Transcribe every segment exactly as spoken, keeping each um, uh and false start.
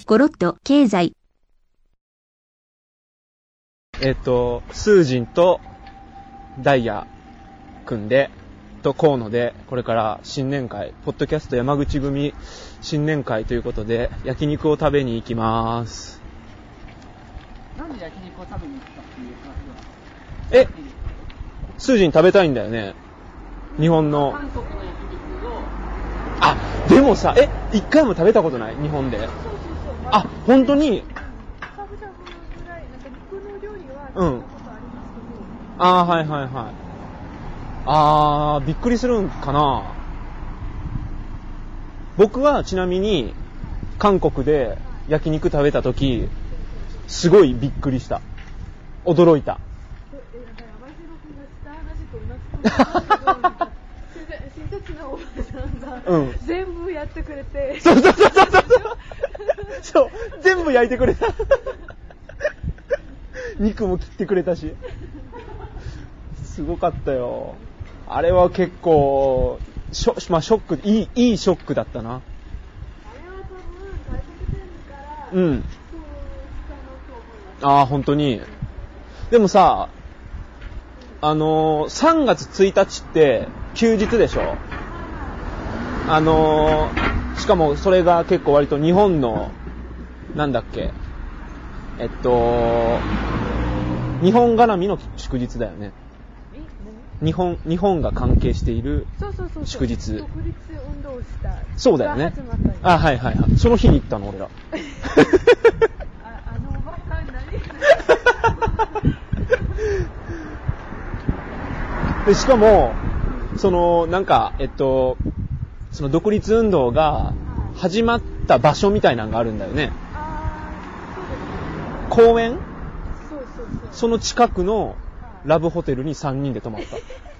ゴロッと経済。 えっと、スージンとダイヤ組んで、と河野で、これから新年会、ポッドキャスト山口組新年会ということで、焼肉を食べに行きます。 なんで焼肉を食べに行ったっていう話は？ え、スージン食べたいんだよね。日本の。 韓国の焼肉を。 あ、でもさ、え、一回も食べたことない？日本で。 そうそうそう。 あ、本当に？ しゃぶしゃぶぐらい、なんか肉の料理はうん。 食べたことありますけど。 あー、はいはいはい。あー、びっくりするんかな。僕はちなみに、韓国で焼肉食べたとき、すごいびっくりした。驚いた。 え、なんか山城君がした話と同じことなんだけど、親切なおばあさんが、 うん、 全部やってくれて。 そうそうそうそうそうそう、全部焼いてくれた。肉も切ってくれたし。すごかったよ。あれは結構、ショ、まあ、ショック、いい、いいショックだったな。 あれは多分、外国人から、 うん。 そうしたのと思います。 ああ、本当に。でもさ、あのー、さんがつついたちって休日でしょ？あのー、しかもそれが結構割と日本の、なんだっけ、えっと、日本絡みの祝日だよね。日本、日本が関係している祝日。 そうそうそうそう、独立運動した。 そうだよね。あ、はいはいはい。その日に行ったの、俺ら。 あ、あのおばさん何で、しかも、その、なんか、えっと、その独立運動が始まった場所みたいなのがあるんだよね。 あー、そうですね。 公園？ そうそうそう。 その近くのラブホテルにさんにんで泊まった。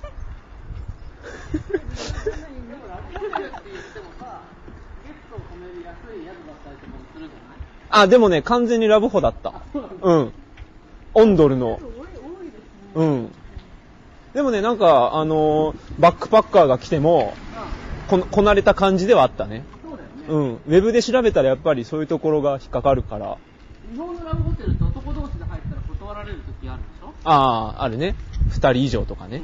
あ、でもね、完全にラブホだった。うん。オンドルの。うん。でもね、なんか、あのー、バックパッカーが来ても、こ、こなれた感じではあったね。 そうだよね。 うん。ウェブで調べたらやっぱりそういうところが引っかかるから。 日本のラブホテルって男同士で入ったら断られる時あるでしょ？ ああ、あるね。二人以上とかね。うん、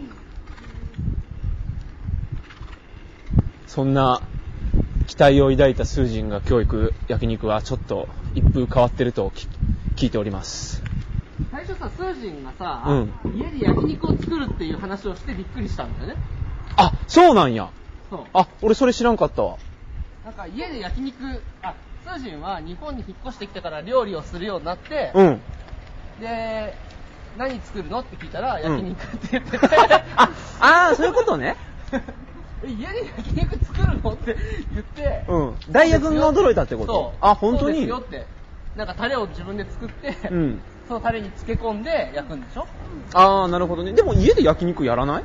そんな期待を抱いたスージンが今日行く焼肉はちょっと一風変わってると聞いております。 最初さ、スージンがさ、 うん、 家で焼肉を作るっていう話をしてびっくりしたんだよね。 あ、そうなんや。 そう。 あ、俺それ知らんかったわ。 なんか家で焼肉、あ、スージンは日本に引っ越してきてから料理をするようになって、 うん。 で、何作るのって聞いたら、焼肉って言ってて、うん、 あ、あー、そういうことね。 家で焼肉作るのって言って、 うん。ダイヤ君が驚いたってこと？ そう。 あ、本当に？ そうですよって。なんかタレを自分で作って、 うん、 そのタレに漬け込んで焼くんでしょ？ あー、なるほどね。でも家で焼肉やらない？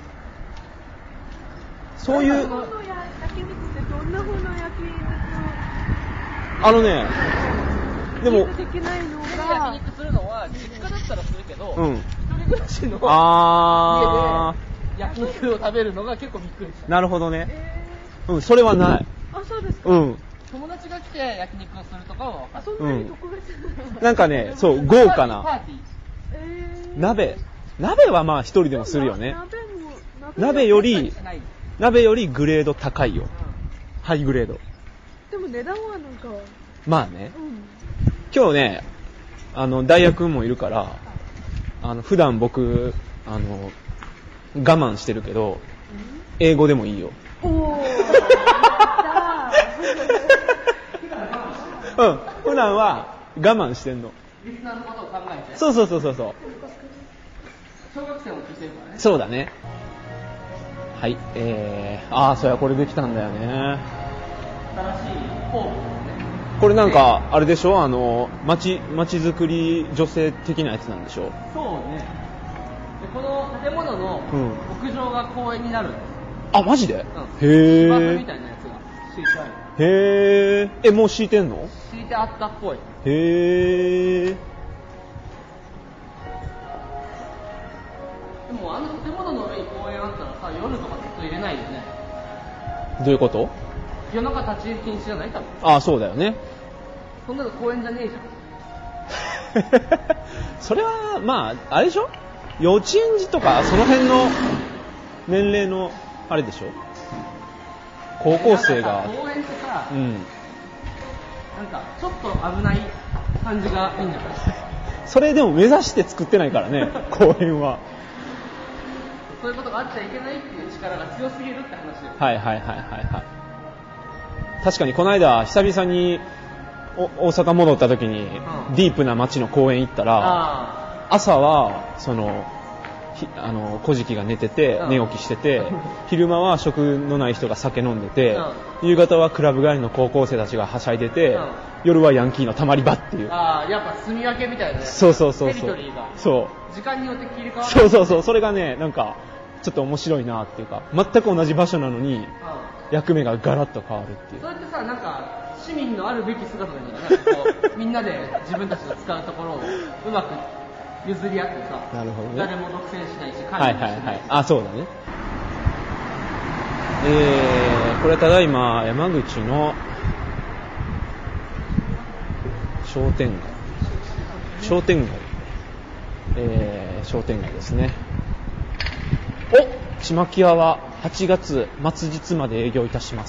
そういう。 日本の焼肉ってどんな風の焼肉？ あのね、でも、 できないのが、焼肉するのは実家だったらするけど、 うん、 一人暮らしのあ家で焼肉を食べるのが結構びっくりした。 なるほどね。えー、うん、それはない。 あ、そうですか。 うん。 友達が来て焼肉をするとかは分かる。 あ、そんなに特別な、 うん、なんかね、そう、豪華な。 パーティー。 えー、 鍋。鍋はまあ一人でもするよね。 鍋も、 鍋, 鍋より、鍋よりグレード高いよ。うん、ハイグレード。 でも値段はなんか。 まあね。 うん、 今日ね、あの、ダイヤ君もいるから、あの、普段僕、あの、我慢してるけど、英語でもいいよ。 おー、やったー。うん、普段は我慢してんの。 リスナーのことを考えて。 そうそうそうそうそう。 小学生も聞いてるからね。 そうだね。はい、えー、あー、そうや、これできたんだよね。 新しいフォーム。 これなんか、あれでしょ、あの、町、町づくり女性的なやつなんでしょ？ そうね。で、この建物の屋上が公園になるんです。 あ、マジで？うん、へー。芝生みー。 たいなやつが敷いてある。 へー。え、もう敷いてんの？ 敷いてあったっぽい。 へー。 でもあの建物の上に公園あったらさ、夜とかずっと入れないよね。 どういうこと？ 夜中立ち入り禁止じゃない？多分。 ああ、そうだよね。 そんなの公園じゃねえじゃん。 それはまああれでしょ、幼稚園児とかその辺の年齢のあれでしょ、高校生が公園ってさ、 うん、 なんかちょっと危ない感じがいいんじゃない？ それでも目指して作ってないからね公園は。 そういうことがあっちゃいけないっていう力が強すぎるって話よ。 はいはいはいはいはい。確かにこの間久々に大阪戻った時に、うん、ディープな街の公園行ったら、朝はそのあの小じきが寝てて、うん、寝起きしてて、昼間は食のない人が酒飲んでて、うん、夕方はクラブ帰りの高校生たちがはしゃいでて、うん、夜はヤンキーのたまり場っていう。 ああ、やっぱ住み分けみたいなね。 そうそうそうそう。 テリトリーが。 そう。 時間によって切り替わる。 そうそうそう。それがね、なんかちょっと面白いなっていうか、全く同じ場所なのに、うん、役目がガラッと変わるっていう。 そうやってさ、なんか市民のあるべき姿になんかこうみんなで自分たちが使うところをうまく譲り合ってさ、 なるほどね、 誰も独占しないし管理もしない。はいはいはい。 あ、そうだね。えー、これただいま山口の商店街、商店街、えー、商店街ですね。お、ちまき屋ははちがつ末日まで営業いたします。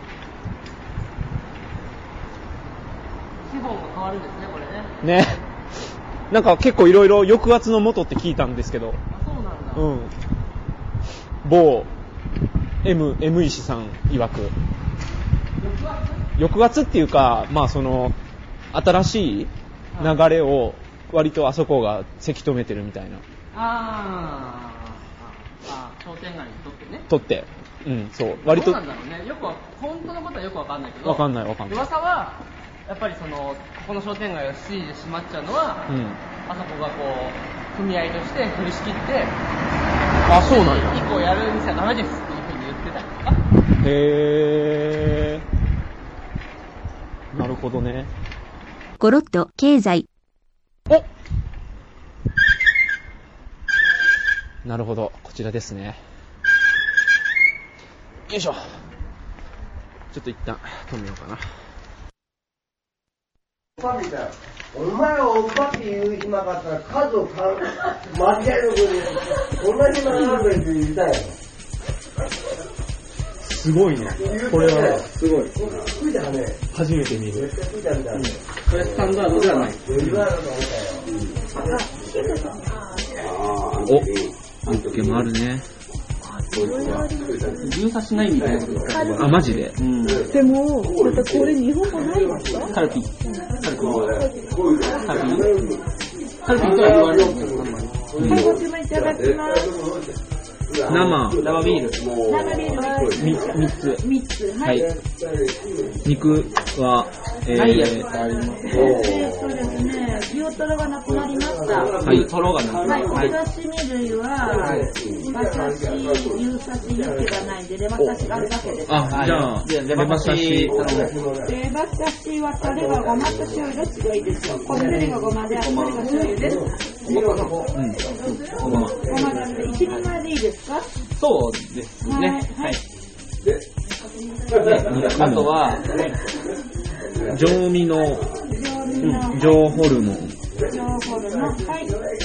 資本が変わるんですね、これね。 ね。なんか結構いろいろ抑圧の元って聞いたんですけど。 あ、そうなんだ。 うん。某 M M 石さん曰く。 抑圧？ 抑圧っていうか、まあその新しい流れを割とあそこがせき止めてるみたいな。 あーあ、商店街にとってね。 とって、うん、そう。割と。 どうなんだろうね。よくは本当のことはよくわかんないけど。 わかんないわかんない。 噂はやっぱりそのここの商店街がしちじで閉まっちゃうのは、うん、あそこがこう組合として取り仕切って、 あ、そうなんや。 以降やる店はダメですっていうふうに言ってたりとか。 へー。なるほどね。 ゴロッと経済。 お。なるほど、こちらですね。よいしょ。ちょっと一旦止めようかな。 お前はおっぱって言う暇があったら数を間違える分にこんな暇があるって言いたいよ。 すごいね。これはすごい。 食いたね。 初めて見る。 食いたみたいな。 これスタンダードではない。 お、ユッケもあるね。 銃刺しないみたいな。 あ、マジで。 うん。でも、またこれ日本語ないですか？ カルピ。カルピ。カルピ。カルピとは言われるんですよ。 はい、ご注文いただきます。 生。 生ビール。 生ビールはみ三つ。 三つ。はい。 肉は、えー、 はい、やってあります。 えーとですね、牛トロがなくなりました。 はい、トロがなくなりました。 はい、お刺身類は、馬刺し、牛刺し、ユッケがないんで、レバ刺しがあるだけです。 あ、じゃあ、レバ刺し。 レバ刺しはタレがごまと醤油どっちがいいですか？こっちがごまで、あっちが醤油です。 うん。ごま。 ごまだって一人前でいいですか？ そうですね。はい。あとは、 上身の上ホルモン、 上ホルモン、はい。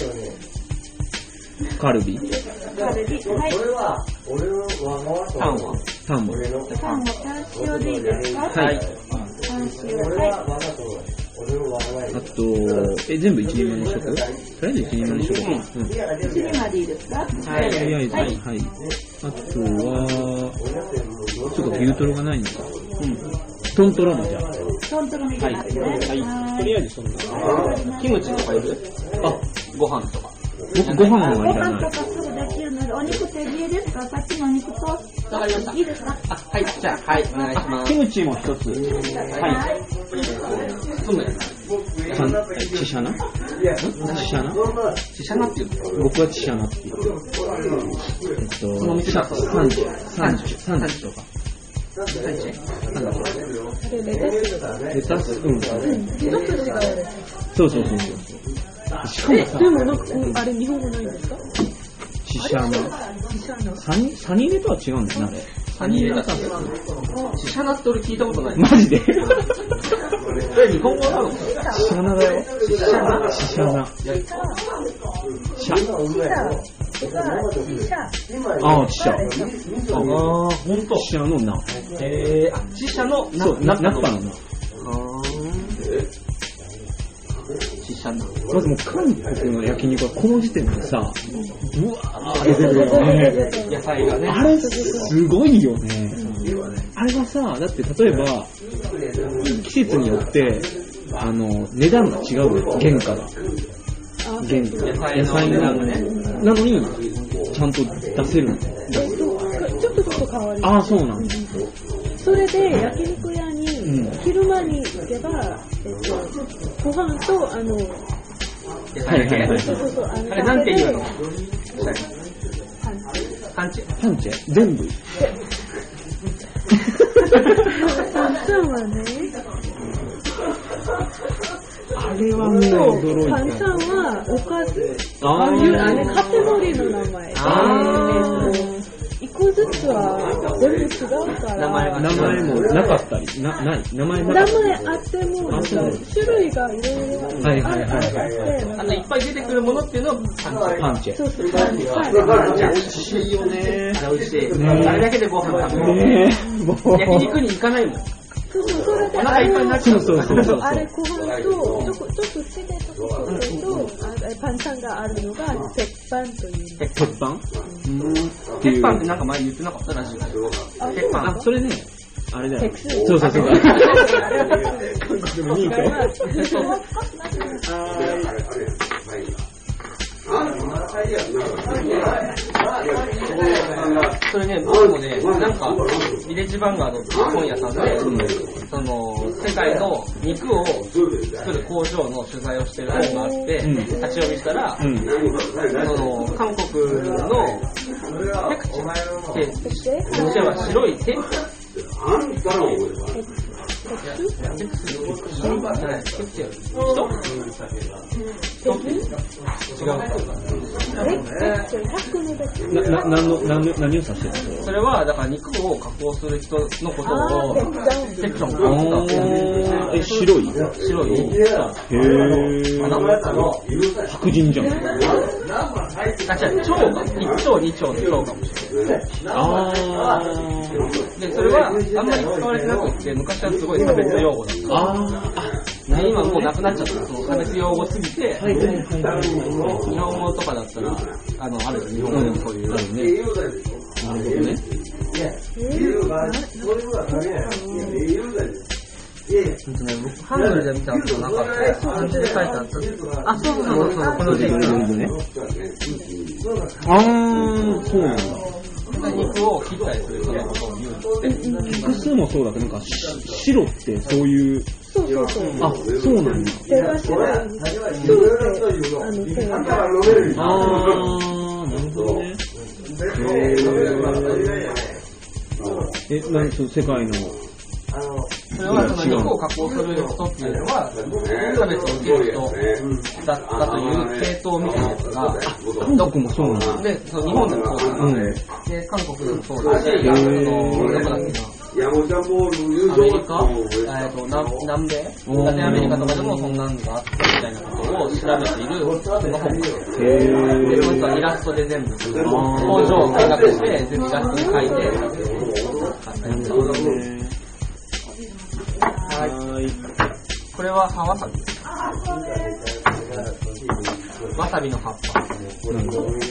カルビ、 カルビ、はい。 タンはタンもタンもタン塩でいいですか？ はい。 タン塩、はい。 あと、え、全部一人前にしとく？とりあえず一人前にしとこう。うん。 一人前でいいですか？ はい。とりあえず、はい。はい。あとは、ちょっと牛トロがないのか。うん。トントロもじゃあ。 トントロもいきますね。はい。 とりあえずそんな。 キムチとかいる？あ、ご飯とか。 僕ご飯はいらない。 ご飯とかすぐできるので、お肉手冷えですか？さっきのお肉と。 わかりました。 いいですか？ あ、はい。じゃあ、はい、お願いします。 キムチも一つ。はい。 そうめん。 チシャナ？チシャナ？ チシャナって言うの？ 僕はチシャナって言う。えっと、 その店だとさんじゅう、さんじゅう、さんじゅうとか。 レタス、うん。 一つ違う。 そうそうそうそう。しかもさ、 でもなんかあれ日本語ないんですか？ シシャナ。サニサニレとは違うんだよね、あれ。 サニレが違う。シシャナって俺聞いたことない。 マジで？ それ日本語なの？ シャナだよ。シャナ。シャナ。シャ。ああ、死者。ああ、ほんと。死者のな。 えー、あ、死者のな。 そう、な、なったのな。 死者な。 まずもう韓国の焼肉はこの時点でさ、うわー出てくるよね。 野菜がね。 あれすごいよね。あれはさ、だって例えば季節によってあの値段が違うよ、原価が。原価。野菜の値段がね。なのにちゃんと出せるの。 ちょっとちょっと変わる。 ああ、そうなんだ。 それで焼肉屋に、うん、昼間に行けば、えっと、ご飯とあの、 はいはいはい。 そうそうそう、あれなんて言うの？ パンチ。 パンチ？全部。 パンチはね。 あれはね、驚いた。 パンチはおかず。 ああいうあれカテゴリーの名前。あー。一個ずつは全部違うから。 名前が名前もなかったり、な、ない。名前なかったり。 名前あっても、なんか種類がいろいろあって、 あといっぱい出てくるものっていうのはパンチ。 そうそう、パンチ。 美味しいよね。 あれ美味しい。あれだけでご飯食べる。焼肉に行かないもん。 そうそう、それでお腹いっぱいになっちゃう。 そうそうそう。 あれご飯と、ちょっとちょっと血でちょっとと、パンチャンがあるのが鉄板という。 鉄板？ 鉄板ってなんか前言ってなかったらしい。鉄板。 あ、それね、あれだよ。 そうそうそう。韓国のミーそれね、僕もね、なんか、ビレッジヴァンガードって本屋さんで、その、世界の肉を作る工場の取材をしてる本があって、うん、立ち読みしたら、うん、その、韓国のペクチって、そしては白い手あんたの覚えてます。テクステクス人違う。 な、な、何の、何の、何を指してるの？ それは、だから肉を加工する人のことを、セクションを使って。 え、白い？ 白い。へー。白人じゃん。 あ、違う、腸が、一腸二腸の腸かもしれない。あー。で、それは、あんまり使われてなくって、昔はすごい差別用語だった。あー。今もうなくなっちゃった。その差別用語すぎて、はいはいはいはい、日本語とかだったら、あの、ある日本語でもそういう。あるね。なるほどね。僕、ハングルで見たことなかった。漢字で書いてあった。あ、そうそうそう、この字がね。 あー、そうなんだ。 肉を切ったりする人のことを言うんですって。 複数もそうだけど、なんか、白ってそういう、 そうそうそう。 あ、そうなんだ。 手が白い。そうって、あの、手が。 あー、なるほどね。え、何その世界の、 それはその肉を加工する人っていうのは差別を受ける人だったという系統みたいなやつが、 韓国もそうなんだ。 で、その日本でもそうなんで、で、韓国でもそうだし、その、どこだっけな、アメリカ、えっと、南米、ラテンアメリカとかでもそんなんがあったみたいなことを調べているその本で、その人はイラストで全部、工場を見学して全部イラストで描いて、買ったりする。はい。これは葉わさび。わさびの葉っぱ。うん。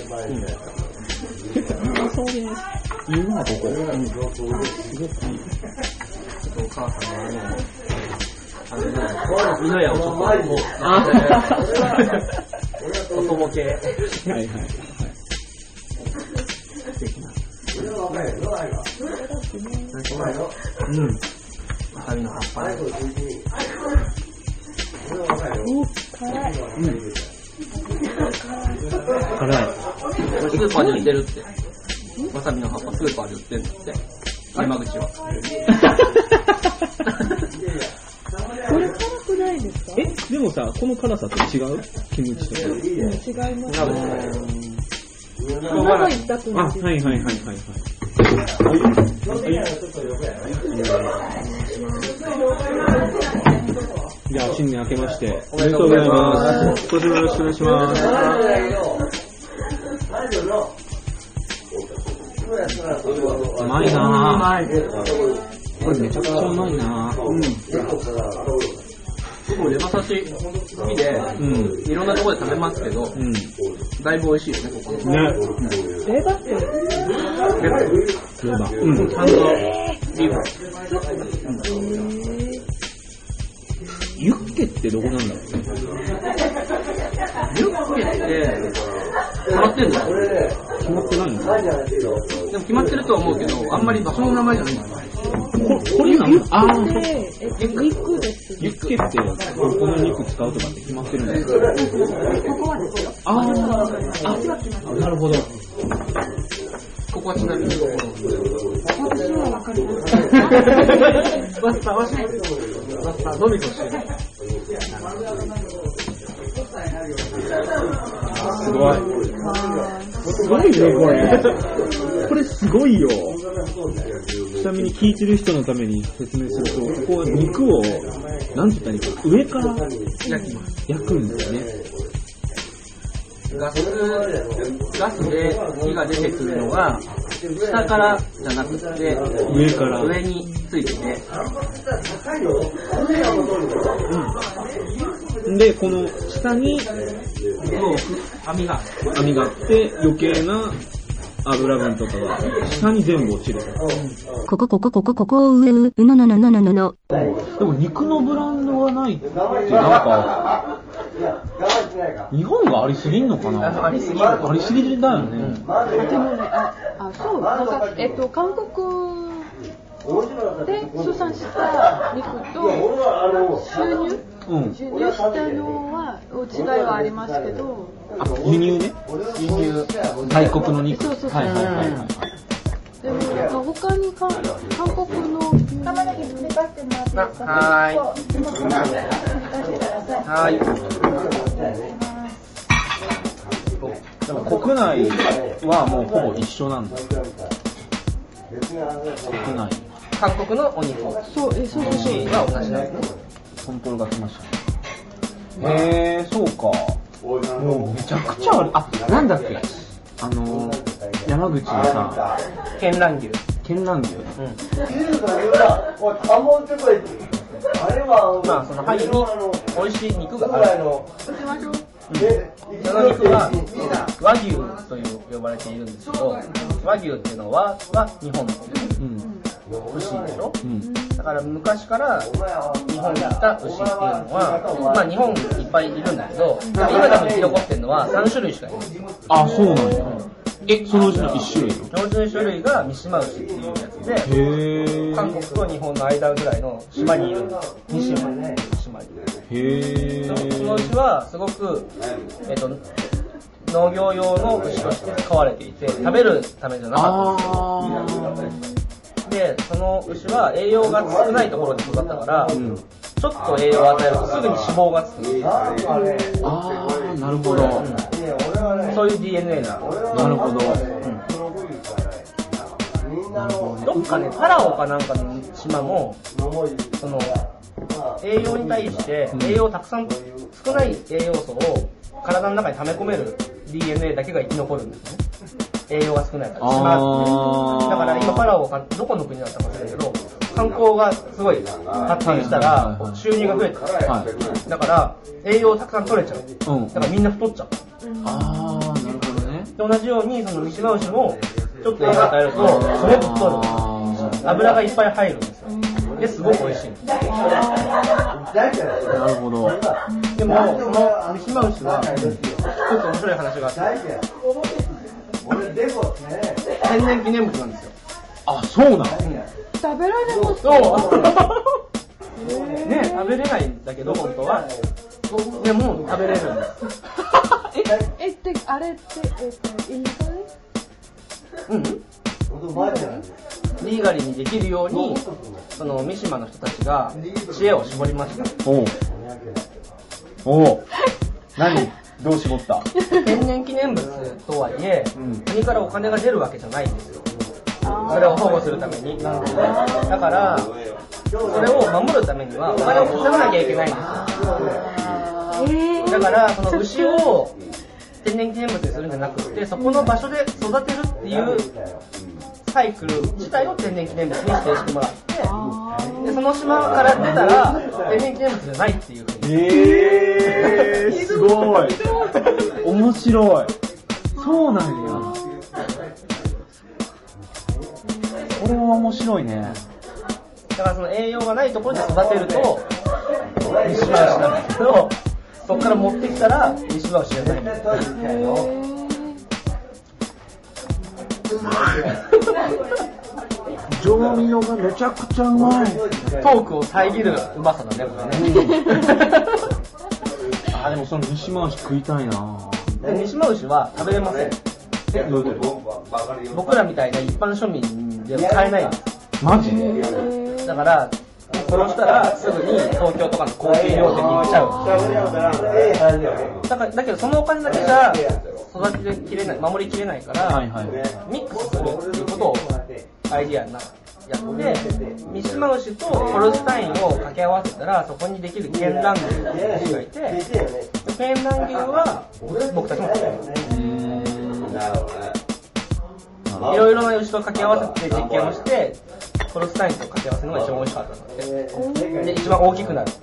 そうです。いいな、ここ。うん。すごくいい。 お母さんがね、あのね、美濃屋をちょっと、もう、おとぼけ。はいはいはい。素敵な。うん。 わさびの葉っぱ。 辛い。うん。 辛い。 これスーパーに売ってるって。わさびの葉っぱスーパーで売ってるんだって。山口は。 これ辛くないですか？ え、でもさ、この辛さと違う？キムチとか。 うん、違います。 鼻が痛くなる。 あ、はいはいはいはいはい。はい。 じゃあ新年明けましておめでとうございます。今年もよろしくお願いします。うまいなぁ。これめちゃくちゃうまいなぁ。うん。 僕もレバ刺し好きで、うん、いろんなところで食べますけど、うん、だいぶ美味しいよね、ここの。ね。 レバってレバレバ。うん。 ハンドリバ。 ユッケってどこなんだろうね。 ユッケって決まってんの？ 決まってないんだ。 でも決まってるとは思うけど、あんまり場所の名前じゃないんだ。 こ, これなの？ああ、 肉です。 ユッケってこの肉使うとかって決まってるんですか？ ここはですよ。 ああ、あ、なるほど。 ここはちなみにどこの？ 私はわかります。 バスターはしないです。バスターのみとして。 すごい。すごいね、これ。これすごいよ。ちなみに聞いてる人のために説明すると、ここは肉を、なんて言ったらいいか、上から焼きます。 焼くんですよね。 ガス、ガスで火が出てくるのが、下からじゃなくて、 上から。 上についてて。 うん。で、この下に、 網が、 網があって余計な油分とかが下に全部落ちる。 ここここここここ上うののののののの。 でも肉のブランドがないってなんか日本がありすぎんのかな。 ありすぎる。 ありすぎだよね。 でもね、あ、あ、そう、なんかえっと韓国で生産した肉と収入、うん、輸入したのは違いはありますけど、 あ、輸入ね、輸入大国の肉。 そうそうそう。 はいはいはいはい。 でもなんか他にか韓国の玉ねぎ詰めかしてもらっていいですか？ はーい。はーい。 でも国内はもうほぼ一緒なんだ。国内。 韓国のお肉。 そう、え、そうそうそう。 は同じだよね。 コントロールが来ましたね。へー、そうか。もうめちゃくちゃある。あ、なんだっけ。あのー、山口のさ、 見蘭牛。 見蘭牛。うん。 まあその範囲に美味しい肉がある。うん、その肉は和牛という呼ばれているんですけど、和牛っていうのはは日本の、うん、牛でしょ、うん、だから昔から日本に来た牛っていうのは、まあ日本いっぱいいるんだけど、今多分生き残ってるのはさん種類しかいない。 あ、そうなんや。え、そのうちのいち種類？ そのうちのいち種類が三島牛っていうやつで、へ韓国と日本の間ぐらいの島にいるんです。西島ね、島に。へー。その牛はすごく、えっと、農業用の牛として使われていて、食べるためじゃなかったんですよ。で、その牛は栄養が少ないところで育ったから、うん、ちょっと栄養を与えるとすぐに脂肪がつく。 あー、なるほど。うん、 そういう ディーエヌエー なの。 なるほど。 うん、どっかね、パラオかなんかの島も、その、栄養に対して栄養たくさん、少ない栄養素を体の中に溜め込める ディーエヌエー だけが生き残るんですね。栄養が少ないから。島だから今パラオがどこの国だったか忘れたけど、観光がすごい発展したら収入が増えて、はい、だから栄養たくさん取れちゃう。うん、だからみんな太っちゃう。 あー、なるほどね。 で同じようにその三島牛もちょっと栄養を与えるとすごく太る。油がいっぱい入るんですよ。で、すごく美味しい。なるほど。 でも、その三島牛は、ちょっと面白い話があって、天然記念物なんですよ。 あ、そうなの？ 食べられますか？そうね、食べれないんだけど、本当は。でも、食べれるんです。 え、えって、あれって、えっと、インドですうん。リーガリーにできるように、その三島の人たちが知恵を絞りました。 おう。おう。何？どう絞った？ 天然記念物とはいえ、うん、国からお金が出るわけじゃないんですよ。それを保護するために。だから、それを守るためにはお金を稼がなきゃいけないんですよ。 だからその牛を天然記念物にするんじゃなくて、そこの場所で育てるっていうサイクル自体を天然記念物に指定してもらって、でその島から出たら天然記念物じゃないっていう風に。 えー、すごい。面白い。そうなんや。これは面白いね。 だからその栄養がないところで育てるとミシマウシなんだけど、そこから持ってきたらミシマウシじゃないんだよ。 調味料がめちゃくちゃうまい。 トークを遮るうまさだね、これね。 あ、でもそのミシマウシ食いたいな。 でミシマウシは食べれません。 どういうこと？ 僕らみたいな一般庶民では買えないんです。 マジで？ だから殺したらすぐに東京とかの高級料店に行っちゃう。だからだけどそのお金だけじゃ育てきれない、守りきれないから、はいはい、ミックスするっていうことをアイディアになやってミシマウシとホルスタインを掛け合わせたらそこにできる絢爛牛がいて、絢爛牛は僕たちも食べる。いろいろな牛と掛け合わせて実験をしてホルスタインと掛け合わせるのが一番美味しかったので、で一番大きくなる。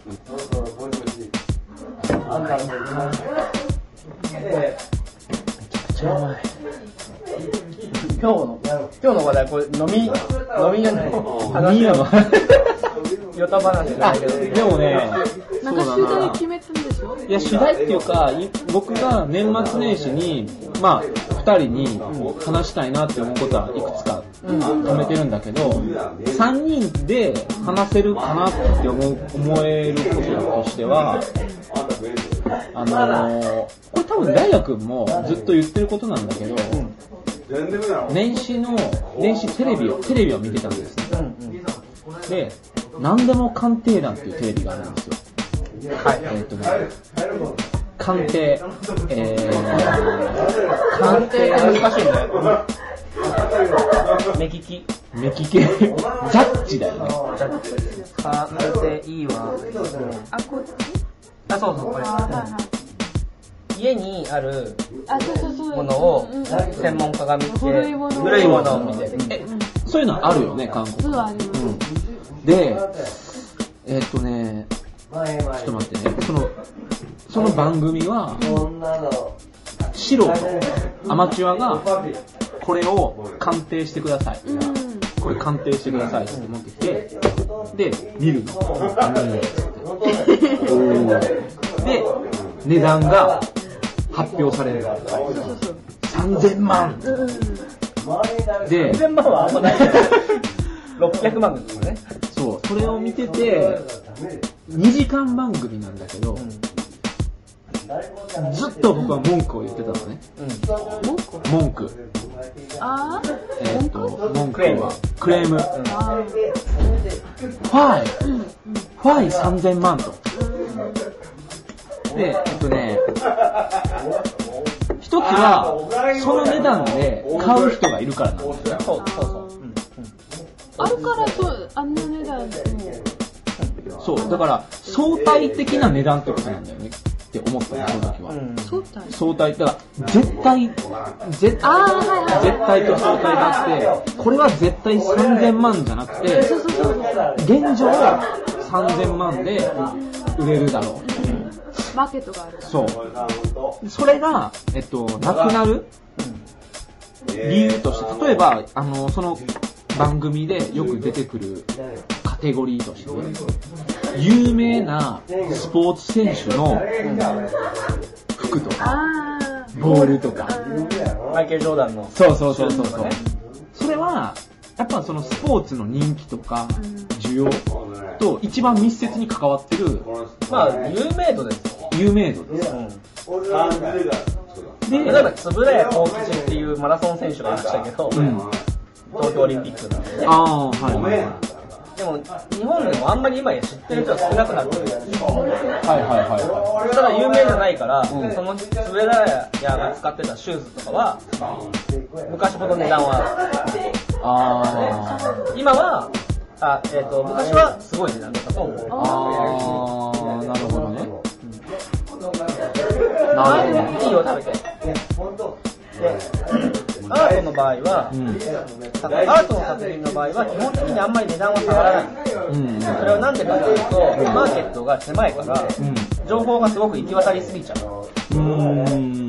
今日の今日の話題これ飲み飲み屋の話のヨタ話じゃないけど、 でもね、 なんか主題決めたんでしょ？ いや主題っていうか、僕が年末年始にまあふたりに話したいなって思うことはいくつか止めてるんだけど、さんにんで話せるかなって思う思えることとしては、あのー、これ多分大学もずっと言ってることなんだけど、年始の年始テレビをテレビを見てたんですね。で、何でも鑑定団っていうテレビがあるんですよ。はい。えーっとね、鑑定、えー、鑑定難しいね。目利き。 目利き。ジャッジだよね。 ジャッジ。鑑定いいわ。 あ、こっち？ あ、そうそう、これ。家にあるものを専門家が見て、古いものを見て。 え、そういうのあるよね、韓国。 そうあります。うんで、えーっとね、ちょっと待ってね、その、その番組は、素人、アマチュアが、これを鑑定してください。うん、これ鑑定してくださいって持ってきて、で、見るの。で、値段が発表される。さんぜんまん。で、 さんぜんまんはあんまない。ろっぴゃくまんとかね。 そう、それを見てて、にじかん番組なんだけど、うん、ずっと僕は文句を言ってたのね。うん、文句文句。 あーえー、っと、文句は、クレーム。ファイ、ファイさんぜんまんと。で、えっとね、一つは、その値段で買う人がいるからなんですよ。そうそうそう。 あるからそうあんな値段でもそうだから相対的な値段ってことなんだよねって思ったのその時は、うん、相対相対だから絶対絶対、はいはい、絶対と相対があってこれは絶対さんぜんまんじゃなくてそうそうそう現状さんぜんまんで売れるだろうマーケットがあるそうそれがえっとなくなる理由として例えばあのその番組でよく出てくるカテゴリーとして有名なスポーツ選手の服とかボールとかマイケル・ジョーダンのそうそうそうそうそうそれはやっぱそのスポーツの人気とか需要と一番密接に関わってるまあ有名度ですよ有名度です、うんで例えば円谷幸吉っていうマラソン選手がいましたけど、うん東京オリンピックなんで、ああ、はいはいはい。でも日本でもあんまり今や知ってる人が少なくなってるんですよ。はいはいはい。ただ有名じゃないから、うん、その円谷が使ってたシューズとかは昔ほど値段はああ今はあえっ、ー、と昔はすごい値段だったと思う。 ああなるほどね。 あでもいいよ食べて。で、アートの場合は、うん、アートの作品の場合は基本的にあんまり値段は下がらない。うん、それはなんでかというと、マーケットが狭いから、うん、情報がすごく行き渡りすぎちゃう。うん、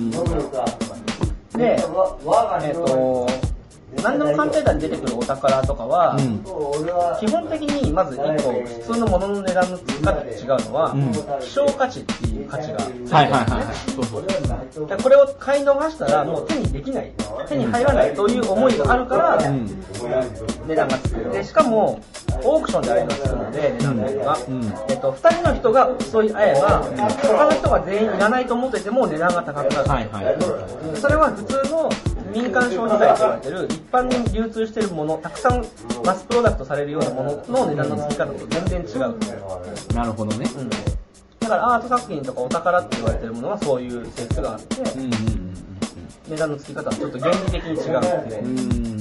で、えっと、何でも鑑定団に出てくるお宝とかは、うん、基本的にまずいっこ普通のものの値段の付き方で違うのは、うん、希少価値っていう価値が、はいはいはい、そうそう。これを買い逃したらもう手にできない、手に入らないという思いがあるから、うん、値段がつく。でしかもオークションであれがつくので値段がつくのが、うんえっと、ふたりの人が競い合えば、他の人が全員いらないと思ってても値段が高くなる。はいはい、それは普通の民間消費財と言われてる一般に流通しているもの、たくさんマスプロダクトされるようなものの値段の付き方と全然違う。なるほどね。うん、だからアート作品とかお宝って言われてるものはそういう性質があって、うんうんうん、値段の付き方はちょっと原理的に違うので、うん、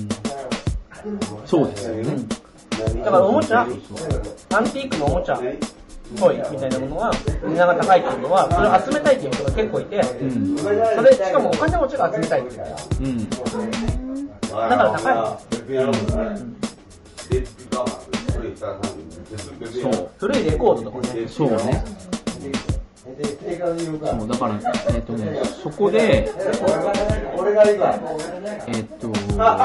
そうですよね。うん、だからおもちゃ、アンティークのおもちゃトイみたいなものは値段が高いっていうのは、それを集めたいっていう人が結構いて、うん、それしかもお金持ちが集めたいっていう、うん、だから高いの、うん、そう古いレコードとかね、そうね、そうだからえっとねそこでえっと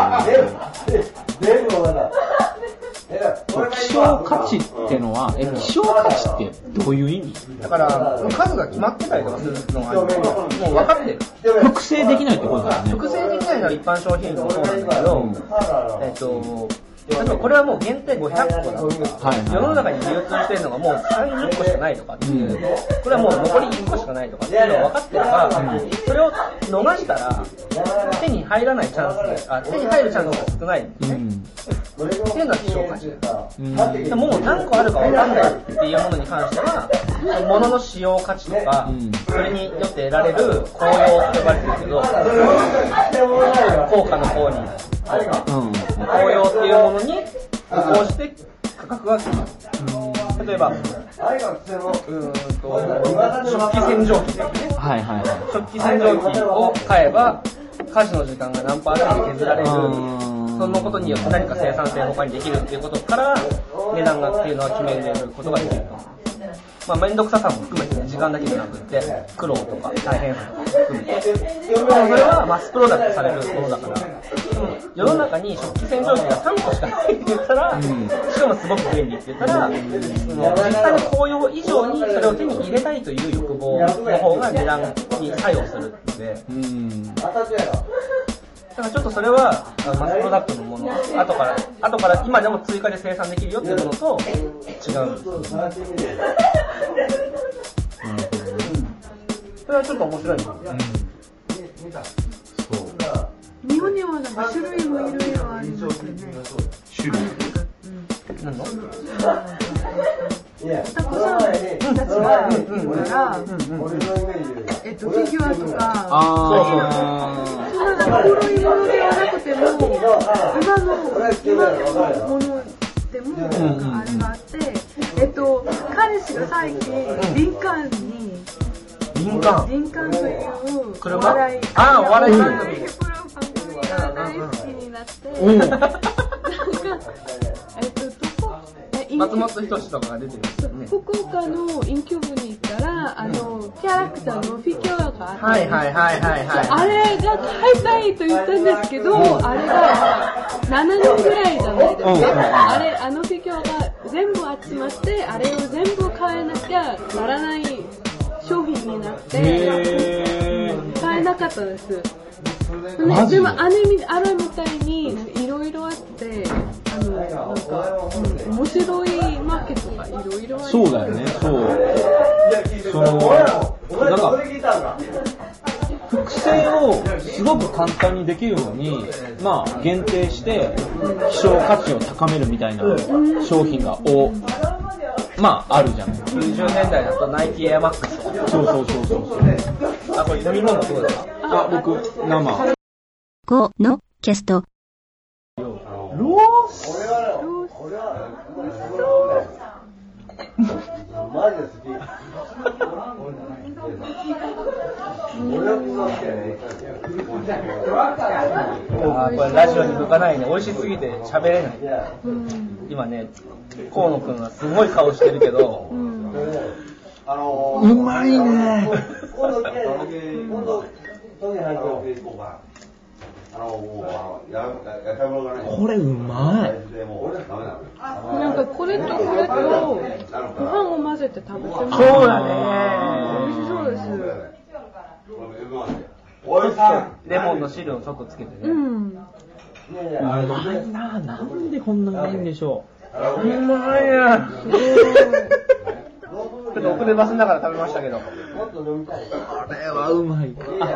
希少価値ってのは、え、希少価値ってどういう意味？だから、数が決まってたりとかするのがあるけど、もう分かってる。複製できないってことだよね。複製できないのは一般商品もそうなんだけど、うん、えっと、例えばこれはもう限定ごひゃっこだとか、はいはい、世の中に流通してるのがもうさんじゅっこしかないとかっていう、うん、これはもう残りいっこしかないとかっていうのが分かってるから、うん、それを逃したら手に入らないチャンス、あ、手に入るチャンスが少ないんですね。うん、っていうのは希少価値。うん、もう何個あるか分かんないっていうものに関しては、物の使用価値とか、うん、それによって得られる効用って呼ばれてるけど、効果の方に。うん、効用っていうものに応じて価格が決まる。例えば、うーんと食器洗浄機ですね。はいはいはい。食器洗浄機を買えば家事の時間が何パーセント削られる。そのことによって何か生産性を他にできるっていうことから値段がっていうのは決めれることができると。まあ面倒くささも含めて、ね、時間だけじゃなくって苦労とか大変さとか含めて、それはマスプロダクトされるものだから。でも世の中に食器洗浄機がさんこしかないって言ったら、うん、しかもすごく便利って言ったら、うん、その実際の効用以上にそれを手に入れたいという欲望の方が値段に作用するので、うん、だからちょっとそれはマスプロダクトのもの、後から後から今でも追加で生産できるよっていうものと違うんです。うん、それはちょっと面白い。うん、そう。 日本にはなんか種類もいろいろありますよね。 種類？ 何の？タコさんたちが出てくるから、えっとフィギュアとか、ああ、そんな古いものではなくても、今の今のものでもなんかあれがあって、えっと彼氏が最近敏感に敏感敏感という車？ 笑い、 ああ、お笑い番組。 プロ番組が大好きになって、なんかえっとどこ？ 松本人志とかが出てるんですよね。 福岡のインキューブに行ったら、あのキャラクターのフィギュアがあって、 はいはいはいはいはい。 あれが買いたいと言ったんですけど、あれがななねんぐらいじゃないですか。うん、あれあのフィギュアが全部集まって、あれを全部買えなきゃならない商品になって、買えなかったんです。ね、でもあれみあれみたいにいろいろあって、あのなんか、うん、面白いマーケットがいろいろあって。 そうだよね。そう。そのなんか複製をすごく簡単にできるのに、まあ限定して希少価値を高めるみたいな商品がおまああるじゃない。 きゅうじゅうねんだいだとナイキエアマックス。 そうそうそうそうそう。 あ、これ飲み物どうですか？ あ、僕生。 ごのキャスト。 ロース。 俺は俺はマジで好き。 あこれラジオに向かないね。美味しすぎて喋れない。今ね、河野くんはすごい顔してるけど、 うまいね。これうまい。 なんかこれとこれとご飯を混ぜて食べてもそうだね。 美味しそうです。 レモンの汁をちょっとつけてね。 うん。 うまいな。なんでこんなのいいんでしょう。 うまいな。ちょっと遅ればせながら食べましたけど。 これはうまい。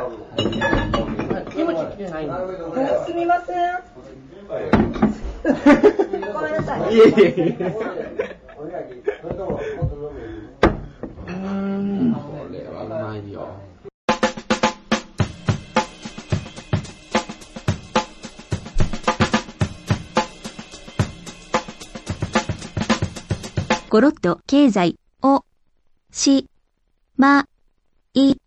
キムチ来てないんですすみません。ごめんなさい。 いえいえいえ。 うーん。 これはうまいよ。 ゴロッと経済をしまい